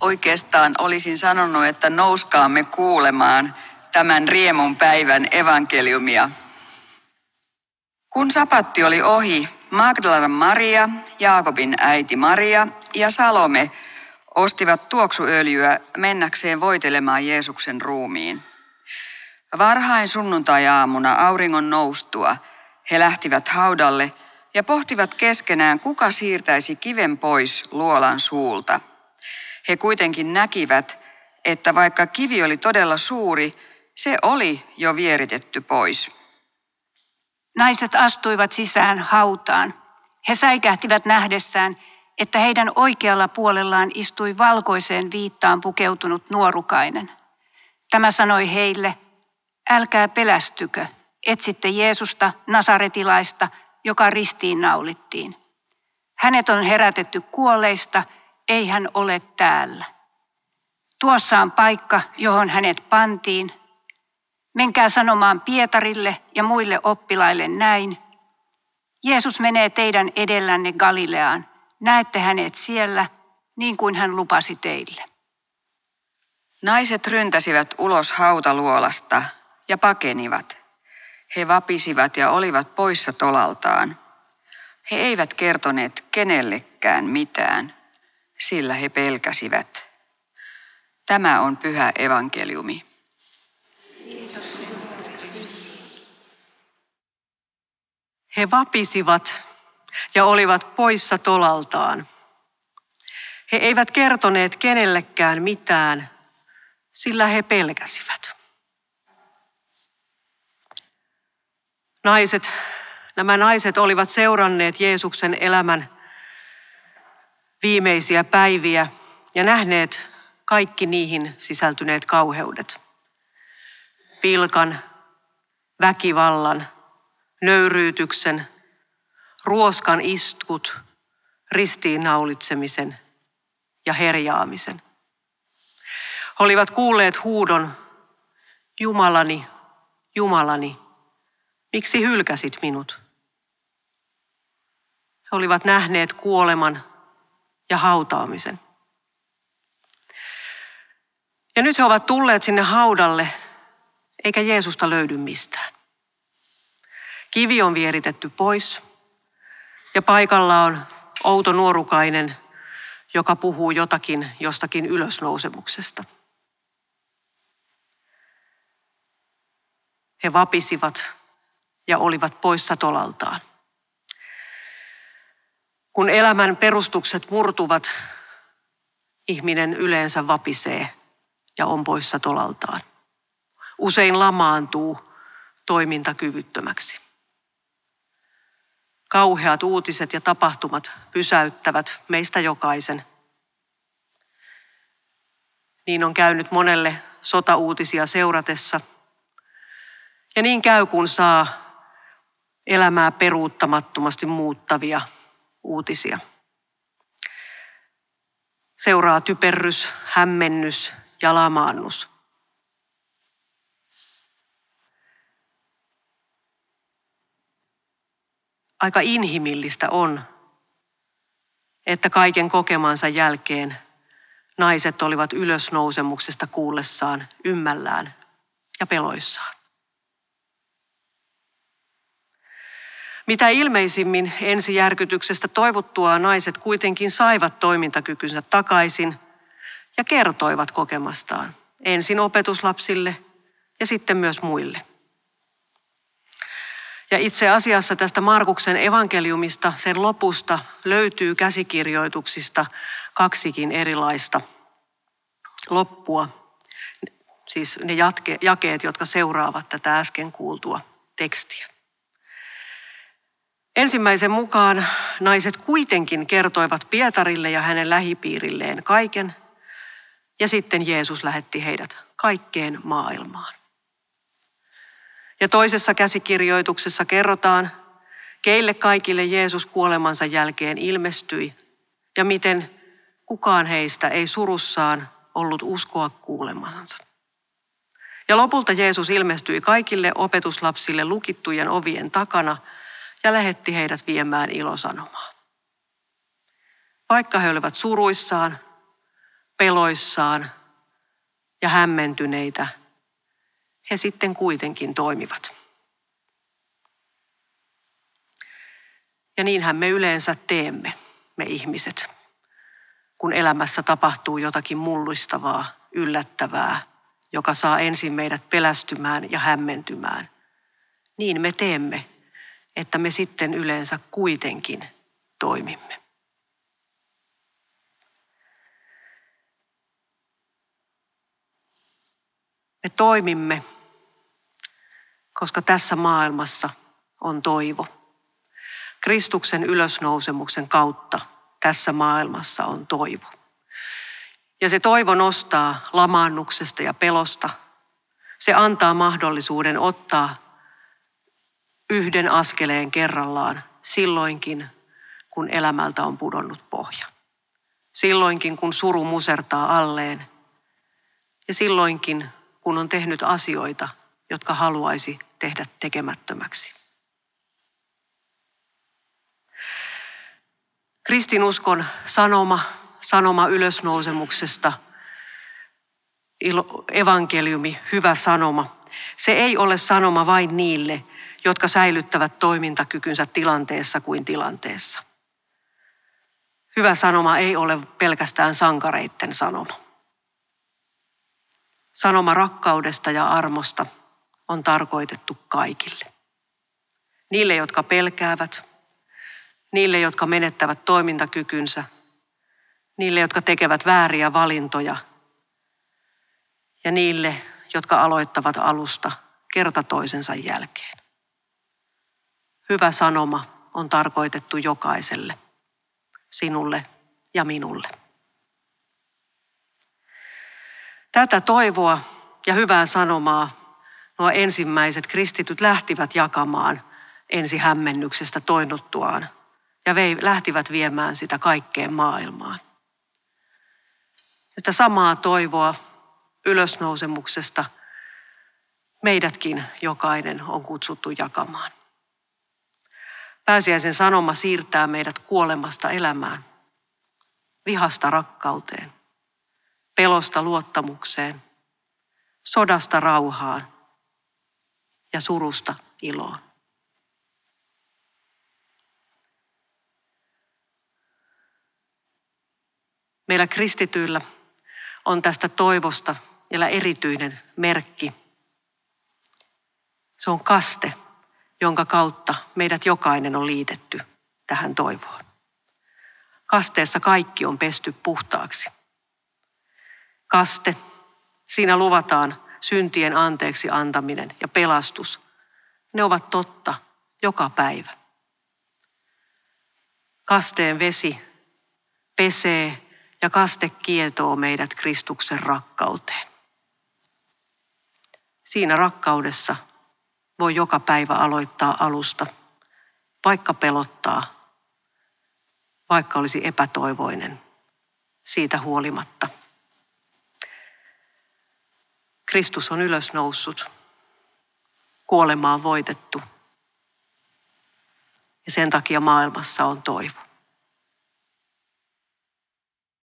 Oikeastaan olisin sanonut, että nouskaamme kuulemaan tämän riemun päivän evankeliumia. Kun sapatti oli ohi, Magdalan Maria, Jaakobin äiti Maria ja Salome ostivat tuoksuöljyä mennäkseen voitelemaan Jeesuksen ruumiin. Varhain sunnuntai-aamuna auringon noustua he lähtivät haudalle ja pohtivat keskenään, kuka siirtäisi kiven pois luolan suulta. He kuitenkin näkivät, että vaikka kivi oli todella suuri, se oli jo vieritetty pois. Naiset astuivat sisään hautaan. He säikähtivät nähdessään, että heidän oikealla puolellaan istui valkoiseen viittaan pukeutunut nuorukainen. Tämä sanoi heille, älkää pelästykö, etsitte Jeesusta, nasaretilaista, joka ristiin naulittiin. Hänet on herätetty kuolleista, ei hän ole täällä. Tuossa on paikka, johon hänet pantiin. Menkää sanomaan Pietarille ja muille oppilaille näin. Jeesus menee teidän edellänne Galileaan. Näette hänet siellä, niin kuin hän lupasi teille. Naiset ryntäsivät ulos hautaluolasta ja pakenivat. He vapisivat ja olivat poissa tolaltaan. He eivät kertoneet kenellekään mitään, sillä he pelkäsivät. Tämä on pyhä evankeliumi. Kiitos. He vapisivat ja olivat poissa tolaltaan. He eivät kertoneet kenellekään mitään, sillä he pelkäsivät. Nämä naiset olivat seuranneet Jeesuksen elämän viimeisiä päiviä ja nähneet kaikki niihin sisältyneet kauheudet. Pilkan, väkivallan, nöyryytyksen, ruoskan iskut, ristiinnaulitsemisen ja herjaamisen. He olivat kuulleet huudon, Jumalani, Jumalani, miksi hylkäsit minut? He olivat nähneet kuoleman ja hautaamisen. Ja nyt he ovat tulleet sinne haudalle, eikä Jeesusta löydy mistään. Kivi on vieritetty pois ja paikalla on outo nuorukainen, joka puhuu jotakin jostakin ylösnousemuksesta. He vapisivat ja olivat poissa tolaltaan. Kun elämän perustukset murtuvat, ihminen yleensä vapisee ja on poissa tolaltaan. Usein lamaantuu toimintakyvyttömäksi. Kauheat uutiset ja tapahtumat pysäyttävät meistä jokaisen. Niin on käynyt monelle sotauutisia seuratessa. Ja niin käy, kun saa elämää peruuttamattomasti muuttavia uutisia. Seuraa typerrys, hämmennys ja lamaannus. Aika inhimillistä on, että kaiken kokemansa jälkeen naiset olivat ylösnousemuksesta kuullessaan ymmällään ja peloissaan. Mitä ilmeisimmin ensijärkytyksestä toivuttuaan naiset kuitenkin saivat toimintakykynsä takaisin ja kertoivat kokemastaan ensin opetuslapsille ja sitten myös muille. Ja itse asiassa tästä Markuksen evankeliumista, sen lopusta, löytyy käsikirjoituksista kaksikin erilaista loppua. Siis ne jakeet, jotka seuraavat tätä äsken kuultua tekstiä. Ensimmäisen mukaan naiset kuitenkin kertoivat Pietarille ja hänen lähipiirilleen kaiken, ja sitten Jeesus lähetti heidät kaikkeen maailmaan. Ja toisessa käsikirjoituksessa kerrotaan, keille kaikille Jeesus kuolemansa jälkeen ilmestyi, ja miten kukaan heistä ei surussaan ollut uskoa kuulemansa. Ja lopulta Jeesus ilmestyi kaikille opetuslapsille lukittujen ovien takana ja lähetti heidät viemään ilosanomaa. Vaikka he olivat suruissaan, peloissaan ja hämmentyneitä, he sitten kuitenkin toimivat. Ja niinhän me yleensä teemme, me ihmiset, kun elämässä tapahtuu jotakin mullistavaa, yllättävää, joka saa ensin meidät pelästymään ja hämmentymään. Niin me teemme, että me sitten yleensä kuitenkin toimimme. Me toimimme, koska tässä maailmassa on toivo. Kristuksen ylösnousemuksen kautta tässä maailmassa on toivo. Ja se toivo nostaa lamaannuksesta ja pelosta. Se antaa mahdollisuuden ottaa yhden askeleen kerrallaan silloinkin, kun elämältä on pudonnut pohja. Silloinkin, kun suru musertaa alleen. Ja silloinkin, kun on tehnyt asioita, jotka haluaisi tehdä tekemättömäksi. Kristinuskon sanoma ylösnousemuksesta, evankeliumi, hyvä sanoma, se ei ole sanoma vain niille, jotka säilyttävät toimintakykynsä tilanteessa kuin tilanteessa. Hyvä sanoma ei ole pelkästään sankareitten sanoma. Sanoma rakkaudesta ja armosta on tarkoitettu kaikille. Niille, jotka pelkäävät, niille, jotka menettävät toimintakykynsä, niille, jotka tekevät vääriä valintoja ja niille, jotka aloittavat alusta kerta toisensa jälkeen. Hyvä sanoma on tarkoitettu jokaiselle, sinulle ja minulle. Tätä toivoa ja hyvää sanomaa nuo ensimmäiset kristityt lähtivät jakamaan ensi hämmennyksestä toinuttuaan ja lähtivät viemään sitä kaikkeen maailmaan. Sitä samaa toivoa ylösnousemuksesta meidätkin jokainen on kutsuttu jakamaan. Pääsiäisen sanoma siirtää meidät kuolemasta elämään, vihasta rakkauteen, pelosta luottamukseen, sodasta rauhaan ja surusta iloon. Meillä kristityillä on tästä toivosta vielä erityinen merkki. Se on kaste, jonka kautta meidät jokainen on liitetty tähän toivoon. Kasteessa kaikki on pesty puhtaaksi. Kaste, siinä luvataan syntien anteeksi antaminen ja pelastus. Ne ovat totta joka päivä. Kasteen vesi pesee ja kaste kietoo meidät Kristuksen rakkauteen. Siinä rakkaudessa voi joka päivä aloittaa alusta, vaikka pelottaa, vaikka olisi epätoivoinen siitä huolimatta. Kristus on ylösnoussut, kuolema on voitettu ja sen takia maailmassa on toivo.